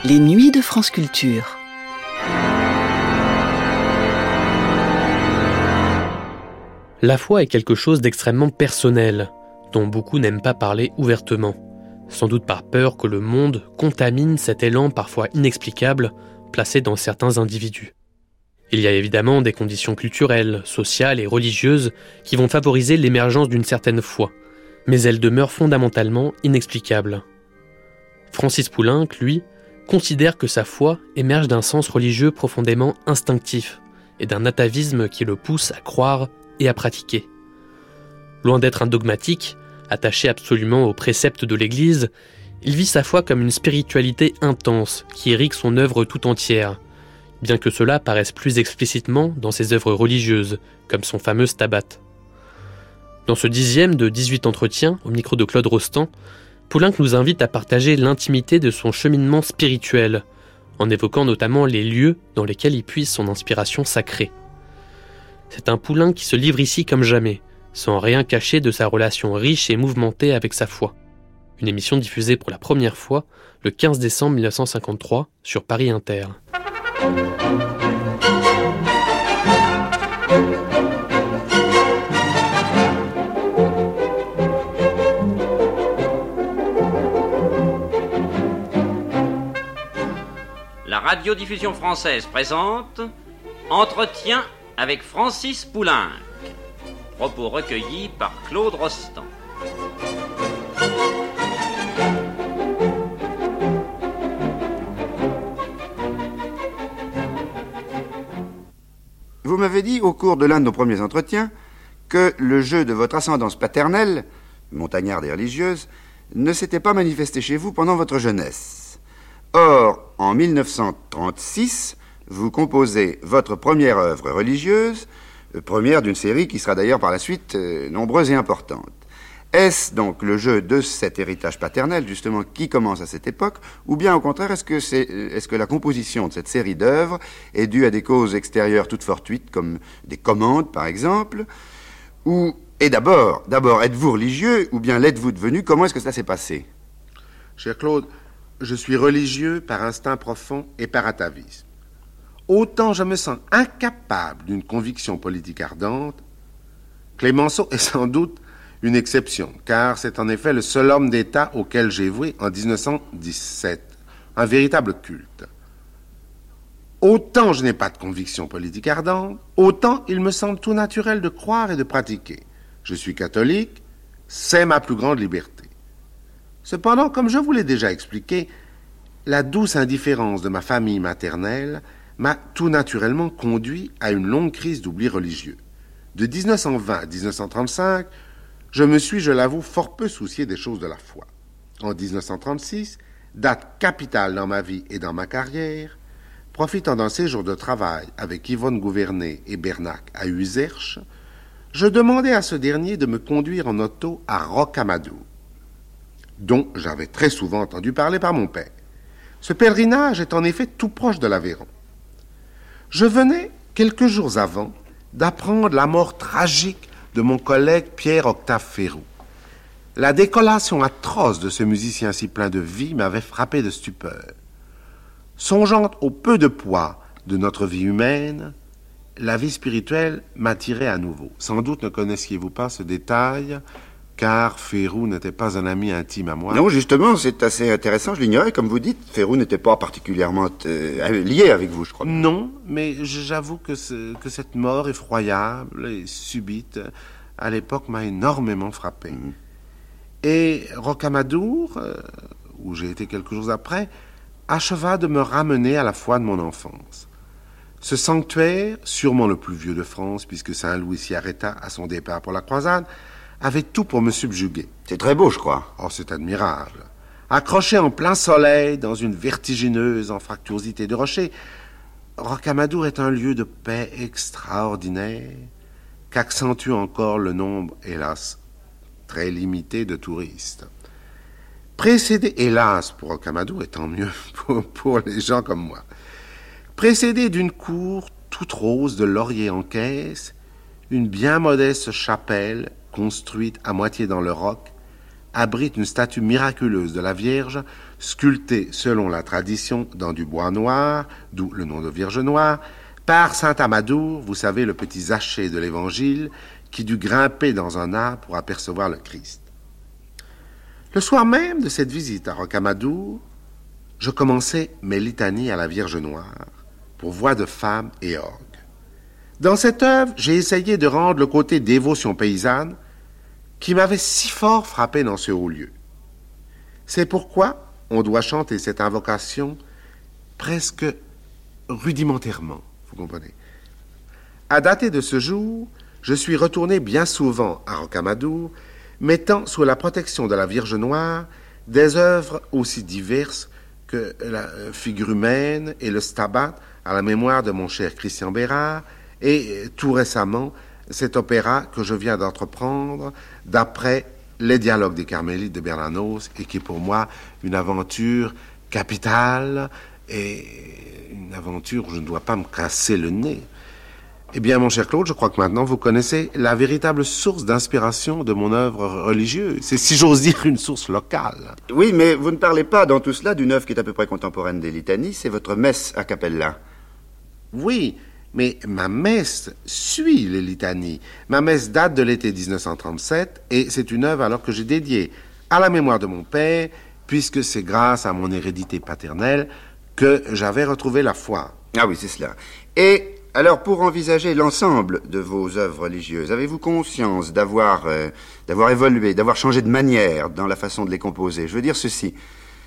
Les nuits de France Culture. La foi est quelque chose d'extrêmement personnel, dont beaucoup n'aiment pas parler ouvertement, sans doute par peur que le monde contamine cet élan parfois inexplicable placé dans certains individus. Il y a évidemment des conditions culturelles, sociales et religieuses qui vont favoriser l'émergence d'une certaine foi, mais elles demeurent fondamentalement inexplicables. Francis Poulenc, lui, considère que sa foi émerge d'un sens religieux profondément instinctif et d'un atavisme qui le pousse à croire et à pratiquer. Loin d'être un dogmatique, attaché absolument aux préceptes de l'Église, il vit sa foi comme une spiritualité intense qui irrigue son œuvre tout entière, bien que cela paraisse plus explicitement dans ses œuvres religieuses, comme son fameux Stabat. Dans ce 10e de 18 entretiens, au micro de Claude Rostand, Poulenc nous invite à partager l'intimité de son cheminement spirituel, en évoquant notamment les lieux dans lesquels il puise son inspiration sacrée. C'est un Poulenc qui se livre ici comme jamais, sans rien cacher de sa relation riche et mouvementée avec sa foi. Une émission diffusée pour la première fois le 15 décembre 1953 sur Paris Inter. La radiodiffusion française présente Entretien avec Francis Poulenc. Propos recueillis par Claude Rostand. Vous m'avez dit au cours de l'un de nos premiers entretiens que le jeu de votre ascendance paternelle, montagnarde et religieuse, ne s'était pas manifesté chez vous pendant votre jeunesse. Or, en 1936, vous composez votre première œuvre religieuse, première d'une série qui sera d'ailleurs par la suite nombreuse et importante. Est-ce donc le jeu de cet héritage paternel, justement, qui commence à cette époque, ou bien au contraire, est-ce que la composition de cette série d'œuvres est due à des causes extérieures toutes fortuites, comme des commandes, par exemple, et d'abord, êtes-vous religieux, ou bien l'êtes-vous devenu? Comment est-ce que cela s'est passé? Cher Claude, je suis religieux par instinct profond et par atavisme. Autant je me sens incapable d'une conviction politique ardente, Clémenceau est sans doute une exception, car c'est en effet le seul homme d'État auquel j'ai voué en 1917 un véritable culte. Autant je n'ai pas de conviction politique ardente, autant il me semble tout naturel de croire et de pratiquer. Je suis catholique, c'est ma plus grande liberté. Cependant, comme je vous l'ai déjà expliqué, la douce indifférence de ma famille maternelle m'a tout naturellement conduit à une longue crise d'oubli religieux. De 1920 à 1935, je me suis, je l'avoue, fort peu soucié des choses de la foi. En 1936, date capitale dans ma vie et dans ma carrière, profitant d'un séjour de travail avec Yvonne Gouvernet et Bernac à Uzerche, je demandai à ce dernier de me conduire en auto à Rocamadour, dont j'avais très souvent entendu parler par mon père. Ce pèlerinage est en effet tout proche de l'Aveyron. Je venais, quelques jours avant, d'apprendre la mort tragique de mon collègue Pierre-Octave Ferrou. La décollation atroce de ce musicien si plein de vie m'avait frappé de stupeur. Songeant au peu de poids de notre vie humaine, la vie spirituelle m'attirait à nouveau. Sans doute ne connaissiez-vous pas ce détail, car Ferrou n'était pas un ami intime à moi. Non, justement, c'est assez intéressant, je l'ignorais. Comme vous dites, Ferrou n'était pas particulièrement lié avec vous, je crois. Non, mais j'avoue que cette mort effroyable et subite, à l'époque, m'a énormément frappé. Et Rocamadour, où j'ai été quelques jours après, acheva de me ramener à la foi de mon enfance. Ce sanctuaire, sûrement le plus vieux de France, puisque Saint-Louis s'y arrêta à son départ pour la croisade, avait tout pour me subjuguer. C'est très beau, je crois. Oh, c'est admirable. Accroché en plein soleil, dans une vertigineuse anfractuosité de rochers, Rocamadour est un lieu de paix extraordinaire qu'accentue encore le nombre, hélas, très limité de touristes. Précédé, hélas pour Rocamadour, et tant mieux pour les gens comme moi, précédé d'une cour toute rose de lauriers en caisse, une bien modeste chapelle construite à moitié dans le roc, abrite une statue miraculeuse de la Vierge, sculptée selon la tradition dans du bois noir, d'où le nom de Vierge Noire, par saint Amadour, vous savez, le petit Zachée de l'Évangile, qui dut grimper dans un arbre pour apercevoir le Christ. Le soir même de cette visite à Rocamadour, je commençais mes litanies à la Vierge Noire, pour voix de femme et orgue. Dans cette œuvre, j'ai essayé de rendre le côté dévotion paysanne qui m'avait si fort frappé dans ce haut lieu. C'est pourquoi on doit chanter cette invocation presque rudimentairement, vous comprenez. À dater de ce jour, je suis retourné bien souvent à Rocamadour, mettant sous la protection de la Vierge Noire des œuvres aussi diverses que la figure humaine et le stabat à la mémoire de mon cher Christian Bérard, et tout récemment, cet opéra que je viens d'entreprendre d'après les dialogues des Carmélites de Bernanos, et qui est pour moi une aventure capitale et une aventure où je ne dois pas me casser le nez. Eh bien, mon cher Claude, je crois que maintenant vous connaissez la véritable source d'inspiration de mon œuvre religieuse. C'est, si j'ose dire, une source locale. Oui, mais vous ne parlez pas dans tout cela d'une œuvre qui est à peu près contemporaine des litanies, c'est votre messe a cappella. Oui, mais ma messe suit les litanies. Ma messe date de l'été 1937 et c'est une œuvre alors que j'ai dédiée à la mémoire de mon père, puisque c'est grâce à mon hérédité paternelle que j'avais retrouvé la foi. Ah oui, c'est cela. Et alors, pour envisager l'ensemble de vos œuvres religieuses, avez-vous conscience d'avoir évolué, d'avoir changé de manière dans la façon de les composer? Je veux dire ceci.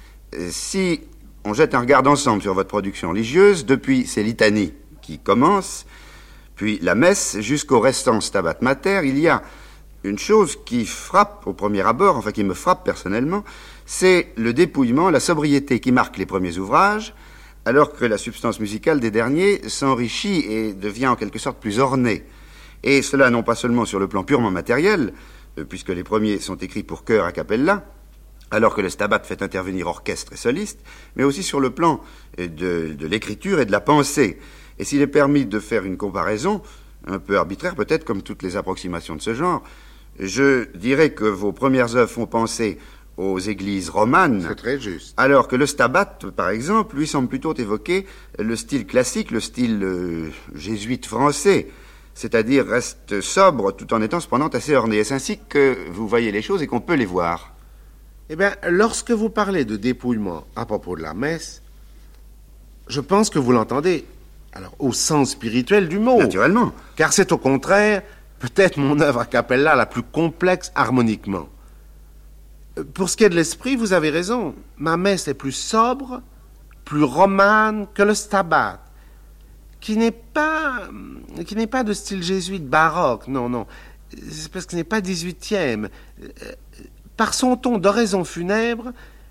Si on jette un regard d'ensemble sur votre production religieuse, depuis ces litanies qui commencent, puis la messe, jusqu'au restant Stabat Mater, il y a une chose qui frappe au premier abord, enfin qui me frappe personnellement, c'est le dépouillement, la sobriété qui marque les premiers ouvrages, alors que la substance musicale des derniers s'enrichit et devient en quelque sorte plus ornée. Et cela non pas seulement sur le plan purement matériel, puisque les premiers sont écrits pour chœur a cappella, alors que le Stabat fait intervenir orchestre et soliste, mais aussi sur le plan de l'écriture et de la pensée. Et s'il est permis de faire une comparaison, un peu arbitraire peut-être, comme toutes les approximations de ce genre, je dirais que vos premières œuvres font penser aux églises romanes. C'est très juste. Alors que le Stabat, par exemple, lui semble plutôt évoquer le style classique, le style jésuite français, c'est-à-dire reste sobre tout en étant cependant assez orné. Est-ce ainsi que vous voyez les choses et qu'on peut les voir? Eh bien, lorsque vous parlez de dépouillement à propos de la messe, je pense que vous l'entendez, alors, au sens spirituel du mot. Naturellement. Car c'est au contraire, peut-être mon œuvre a cappella la plus complexe harmoniquement. Pour ce qui est de l'esprit, vous avez raison. Ma messe est plus sobre, plus romane que le Stabat, qui n'est pas de style jésuite baroque, non. C'est parce que ce n'est pas 18e. Par son ton d'oraison funèbre,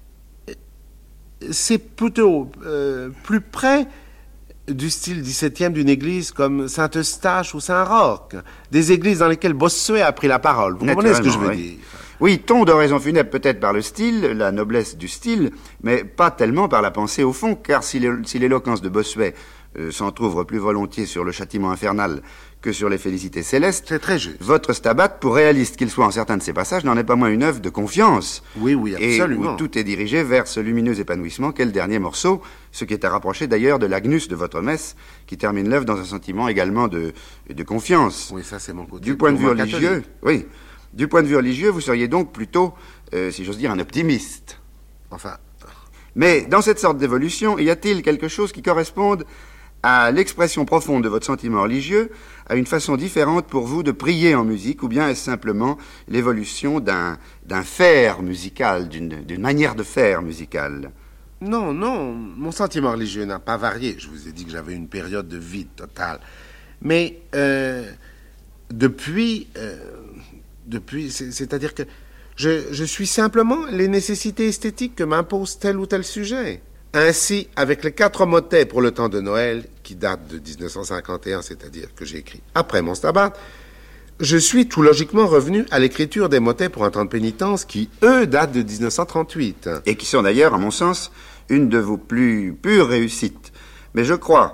c'est plutôt plus près du style 17e d'une église comme Saint-Eustache ou Saint-Roch, des églises dans lesquelles Bossuet a pris la parole. Vous comprenez ce que je veux dire? Oui, ton d'oraison funèbre peut-être par le style, la noblesse du style, mais pas tellement par la pensée au fond, car si l'éloquence de Bossuet s'entr'ouvre plus volontiers sur le châtiment infernal que sur les félicités célestes, c'est très juste. Votre Stabat, pour réaliste qu'il soit en certains de ses passages, n'en est pas moins une œuvre de confiance. Oui, absolument. Et où tout est dirigé vers ce lumineux épanouissement qu'est le dernier morceau, ce qui est à rapprocher d'ailleurs de l'Agnus de votre messe, qui termine l'œuvre dans un sentiment également de confiance. Oui, ça c'est mon côté. Du point de vue religieux, oui. Du point de vue religieux, vous seriez donc plutôt, si j'ose dire, un optimiste. Enfin. Mais dans cette sorte d'évolution, y a-t-il quelque chose qui corresponde à l'expression profonde de votre sentiment religieux, à une façon différente pour vous de prier en musique, ou bien est-ce simplement l'évolution d'un faire musical, d'une manière de faire musicale? Non, mon sentiment religieux n'a pas varié. Je vous ai dit que j'avais une période de vide total. Mais depuis, c'est-à-dire que je suis simplement les nécessités esthétiques que m'impose tel ou tel sujet. Ainsi, avec les 4 motets pour le temps de Noël, qui datent de 1951, c'est-à-dire que j'ai écrit après mon Stabat, je suis tout logiquement revenu à l'écriture des motets pour un temps de pénitence qui, eux, datent de 1938. Et qui sont d'ailleurs, à mon sens, une de vos plus pures réussites. Mais je crois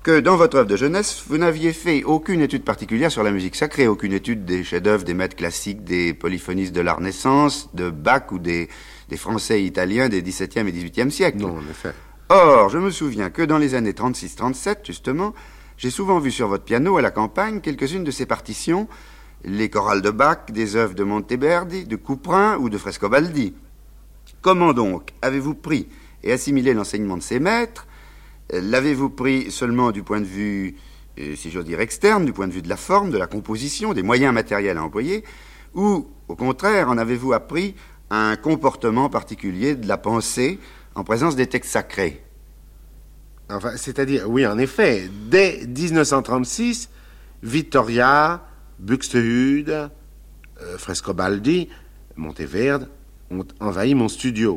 que dans votre œuvre de jeunesse, vous n'aviez fait aucune étude particulière sur la musique sacrée, aucune étude des chefs-d'œuvre, des maîtres classiques, des polyphonistes de la Renaissance, de Bach ou des Français et Italiens des XVIIe et XVIIIe siècles. Non, en effet. Or, je me souviens que dans les années 36-37, justement, j'ai souvent vu sur votre piano à la campagne quelques-unes de ces partitions, les chorales de Bach, des œuvres de Monteverdi, de Couperin ou de Frescobaldi. Comment donc avez-vous pris et assimilé l'enseignement de ces maîtres? L'avez-vous pris seulement du point de vue, si j'ose dire, externe, du point de vue de la forme, de la composition, des moyens matériels à employer, ou, au contraire, en avez-vous appris un comportement particulier de la pensée en présence des textes sacrés? Enfin, c'est-à-dire, oui, en effet, dès 1936, Vittoria, Buxtehude, Frescobaldi, Monteverdi ont envahi mon studio.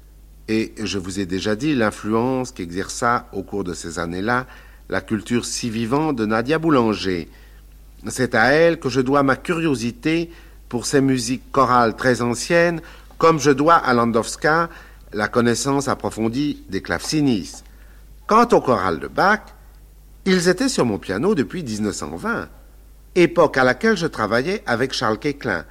Et je vous ai déjà dit l'influence qu'exerça au cours de ces années-là la culture si vivante de Nadia Boulanger. C'est à elle que je dois ma curiosité pour ces musiques chorales très anciennes, comme je dois à Landowska la connaissance approfondie des clavecinistes. Quant aux chorales de Bach, ils étaient sur mon piano depuis 1920, époque à laquelle je travaillais avec Charles Koechlin.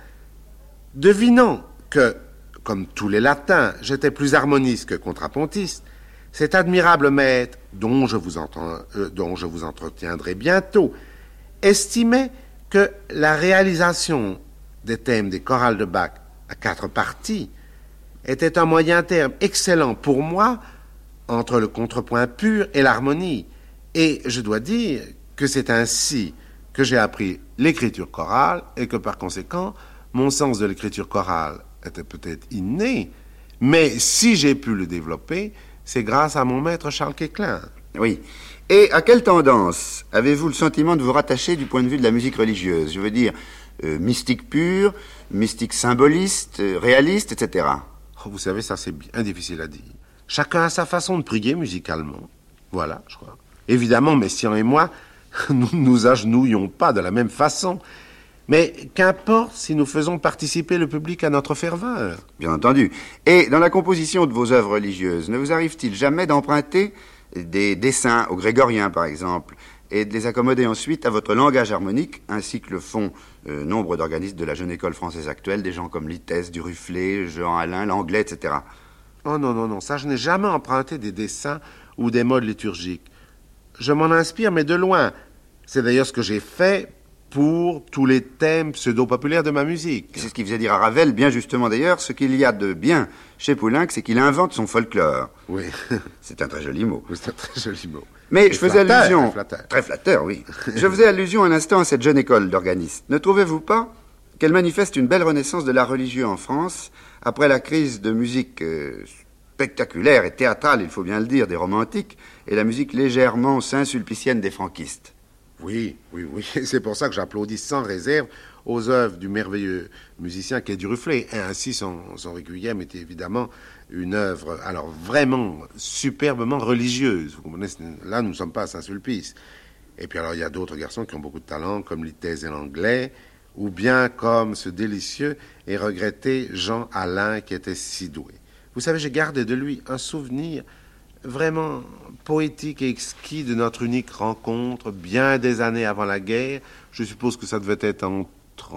Devinant que, comme tous les latins, j'étais plus harmoniste que contrapontiste, cet admirable maître, dont je vous entretiendrai bientôt, estimait que la réalisation des thèmes des chorales de Bach à 4 parties était un moyen terme excellent pour moi entre le contrepoint pur et l'harmonie. Et je dois dire que c'est ainsi que j'ai appris l'écriture chorale et que par conséquent, mon sens de l'écriture chorale était peut-être inné, mais si j'ai pu le développer, c'est grâce à mon maître Charles Koechlin. Oui. Et à quelle tendance avez-vous le sentiment de vous rattacher du point de vue de la musique religieuse? Je veux dire, mystique pure, mystique symboliste, réaliste, etc. Oh, vous savez, ça c'est bien difficile à dire. Chacun a sa façon de prier musicalement. Voilà, je crois. Évidemment, Messiaen et moi, nous ne nous agenouillons pas de la même façon. Mais qu'importe si nous faisons participer le public à notre ferveur. Bien entendu. Et dans la composition de vos œuvres religieuses, ne vous arrive-t-il jamais d'emprunter des dessins aux grégoriens, par exemple, et de les accommoder ensuite à votre langage harmonique, ainsi que le font nombre d'organistes de la jeune école française actuelle, des gens comme Littès, Duruflé, Jean Alain, Langlais, etc. Oh non, ça je n'ai jamais emprunté des dessins ou des modes liturgiques. Je m'en inspire, mais de loin. C'est d'ailleurs ce que j'ai fait pour tous les thèmes pseudo-populaires de ma musique. C'est ce qui faisait dire à Ravel, bien justement d'ailleurs, ce qu'il y a de bien chez Poulenc, c'est qu'il invente son folklore. Oui. C'est un très joli mot. Oui, c'est un très joli mot. Mais je faisais allusion... Très flatteur, oui. Je faisais allusion un instant à cette jeune école d'organistes. Ne trouvez-vous pas qu'elle manifeste une belle renaissance de l'art religieux en France, après la crise de musique spectaculaire et théâtrale, il faut bien le dire, des romantiques, et la musique légèrement saint-sulpicienne des franquistes? Oui. C'est pour ça que j'applaudis sans réserve aux œuvres du merveilleux musicien qu'est Duruflé. Et ainsi, son Requiem était évidemment une œuvre, alors vraiment superbement religieuse. Vous comprenez, là, nous ne sommes pas à Saint-Sulpice. Et puis alors, il y a d'autres garçons qui ont beaucoup de talent, comme Littès et Langlais, ou bien comme ce délicieux et regretté Jean Alain, qui était si doué. Vous savez, j'ai gardé de lui un souvenir vraiment poétique et exquis de notre unique rencontre, bien des années avant la guerre. Je suppose que ça devait être en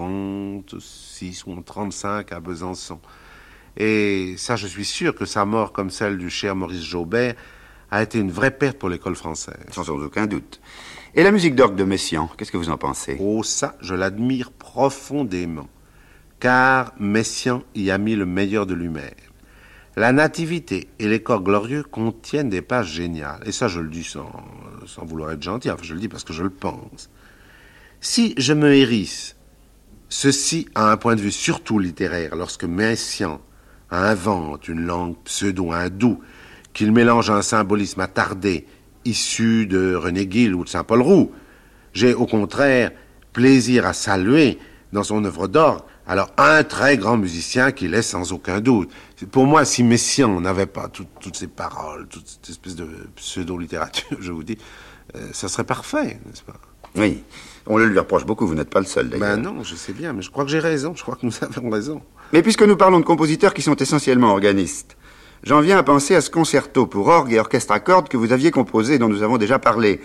36 ou en 35 à Besançon. Et ça, je suis sûr que sa mort, comme celle du cher Maurice Jaubert, a été une vraie perte pour l'école française. Sans aucun doute. Et la musique d'orgue de Messiaen, qu'est-ce que vous en pensez? Oh, ça, je l'admire profondément, car Messiaen y a mis le meilleur de lui-même. La Nativité et les Chors glorieux contiennent des pages géniales. Et ça, je le dis sans vouloir être gentil. Enfin, je le dis parce que je le pense. Si je me hérisse, ceci a un point de vue surtout littéraire, lorsque Messiaen invente une langue pseudo-hindoue, qu'il mélange à un symbolisme attardé, issu de René Guil ou de Saint-Paul Roux, j'ai au contraire plaisir à saluer dans son œuvre d'orgue alors un très grand musicien qu'il est sans aucun doute. Pour moi, si Messiaen n'avait pas toutes ces paroles, toute cette espèce de pseudo-littérature, je vous dis, ça serait parfait, n'est-ce pas? Oui, on le lui reproche beaucoup, vous n'êtes pas le seul d'ailleurs. Ben non, je sais bien, mais je crois que j'ai raison, je crois que nous avons raison. Mais puisque nous parlons de compositeurs qui sont essentiellement organistes, j'en viens à penser à ce concerto pour orgue et orchestre à cordes que vous aviez composé, dont nous avons déjà parlé.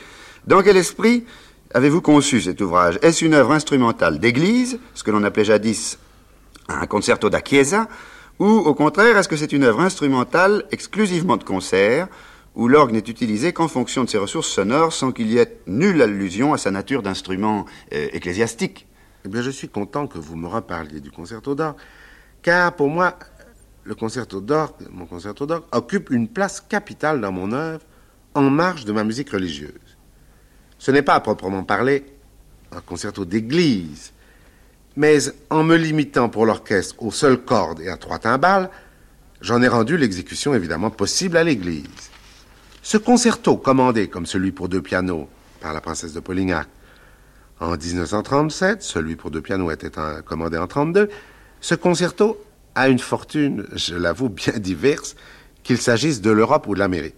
Dans quel esprit avez-vous conçu cet ouvrage? Est-ce une œuvre instrumentale d'église, ce que l'on appelait jadis un concerto da chiesa, ou au contraire, est-ce que c'est une œuvre instrumentale exclusivement de concert, où l'orgue n'est utilisé qu'en fonction de ses ressources sonores, sans qu'il y ait nulle allusion à sa nature d'instrument ecclésiastique? Eh bien, je suis content que vous me reparliez du concerto d'orgue, car pour moi, le concerto d'orgue, mon concerto d'orgue, occupe une place capitale dans mon œuvre, en marge de ma musique religieuse. Ce n'est pas à proprement parler un concerto d'église, mais en me limitant pour l'orchestre aux seules cordes et à 3 timbales, j'en ai rendu l'exécution évidemment possible à l'église. Ce concerto, commandé comme celui pour 2 pianos par la princesse de Polignac en 1937, celui pour 2 pianos était commandé en 1932, ce concerto a une fortune, je l'avoue, bien diverse, qu'il s'agisse de l'Europe ou de l'Amérique.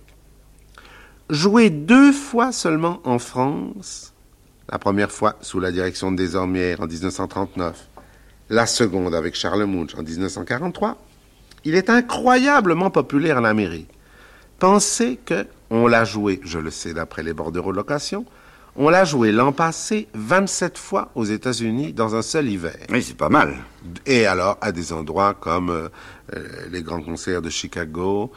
Joué 2 fois seulement en France, la première fois sous la direction de Desormières en 1939, la seconde avec Charles Munch en 1943, il est incroyablement populaire en Amérique. Pensez qu'on l'a joué, je le sais d'après les bordereaux de location, on l'a joué l'an passé 27 fois aux États-Unis dans un seul hiver. Oui, c'est pas mal. Et alors, à des endroits comme les grands concerts de Chicago,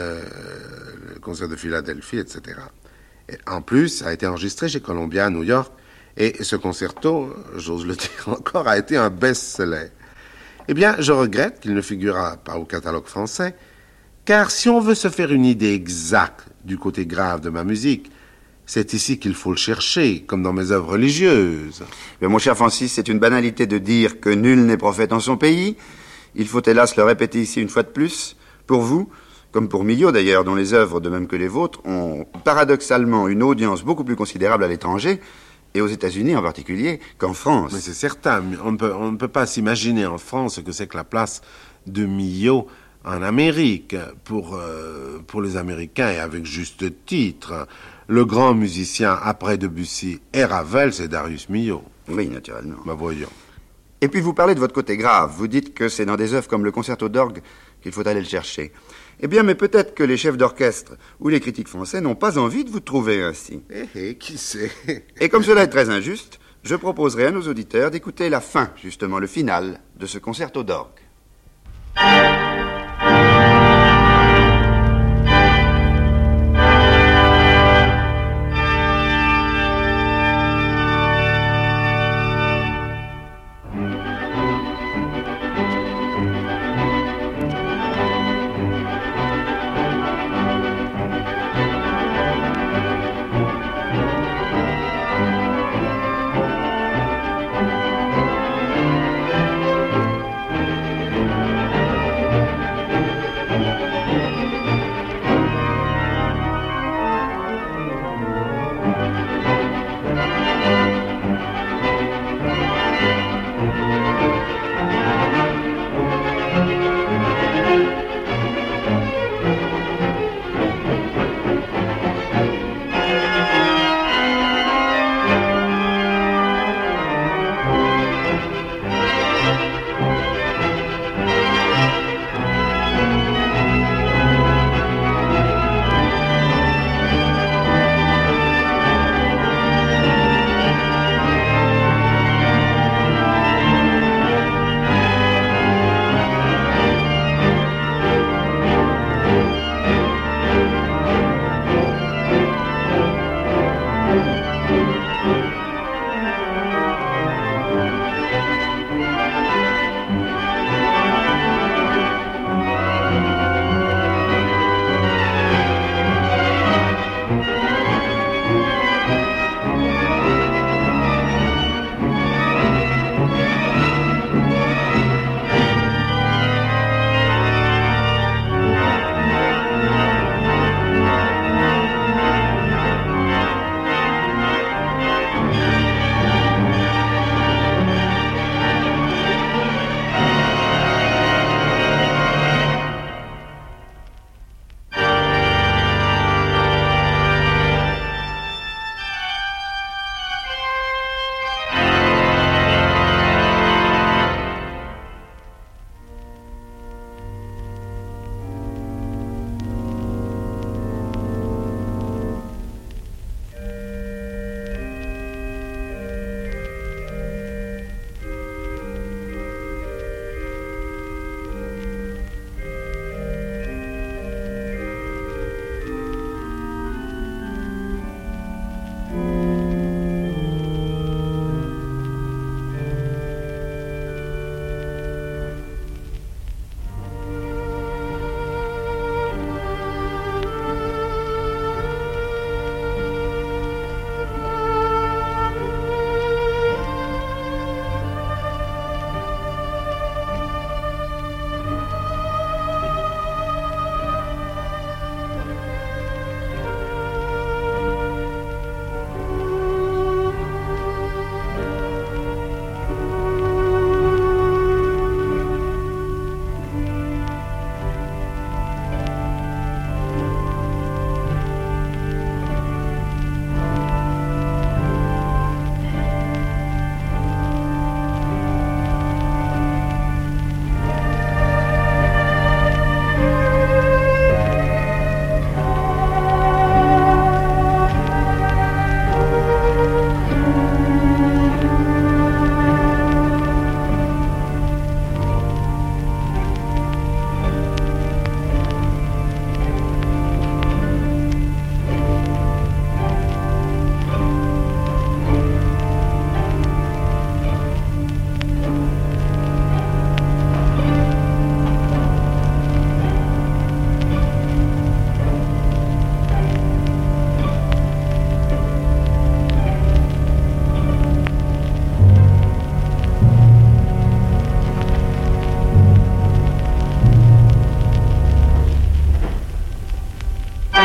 le concert de Philadelphie, etc. Et en plus, ça a été enregistré chez Columbia à New York. Et ce concerto, j'ose le dire encore, a été un best-seller. Eh bien, je regrette qu'il ne figurera pas au catalogue français, car si on veut se faire une idée exacte du côté grave de ma musique, c'est ici qu'il faut le chercher, comme dans mes œuvres religieuses. Mais mon cher Francis, c'est une banalité de dire que nul n'est prophète en son pays. Il faut hélas le répéter ici une fois de plus. Pour vous, comme pour Millot d'ailleurs, dont les œuvres, de même que les vôtres, ont paradoxalement une audience beaucoup plus considérable à l'étranger, et aux États-Unis en particulier, qu'en France. Mais c'est certain, on ne peut pas s'imaginer en France ce que c'est que la place de Millot en Amérique. Pour les Américains, et avec juste titre, le grand musicien après Debussy et Ravel, c'est Darius Milhaud. Oui, naturellement. Ben voyons. Et puis vous parlez de votre côté grave. Vous dites que c'est dans des œuvres comme le concerto d'orgue qu'il faut aller le chercher. Eh bien, mais peut-être que les chefs d'orchestre ou les critiques français n'ont pas envie de vous trouver ainsi. Qui sait? Et comme cela est très injuste, je proposerai à nos auditeurs d'écouter la fin, justement, le final de ce concerto d'orgue.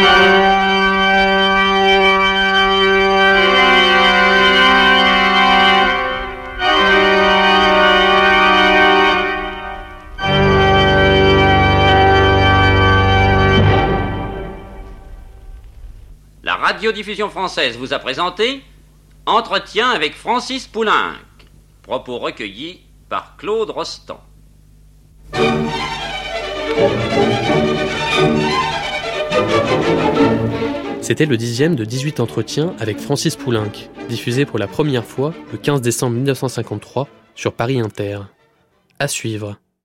La radiodiffusion française vous a présenté Entretien avec Francis Poulenc. Propos recueillis par Claude Rostand. C'était le 10e de 18 entretiens avec Francis Poulenc, diffusé pour la première fois le 15 décembre 1953 sur Paris Inter. À suivre.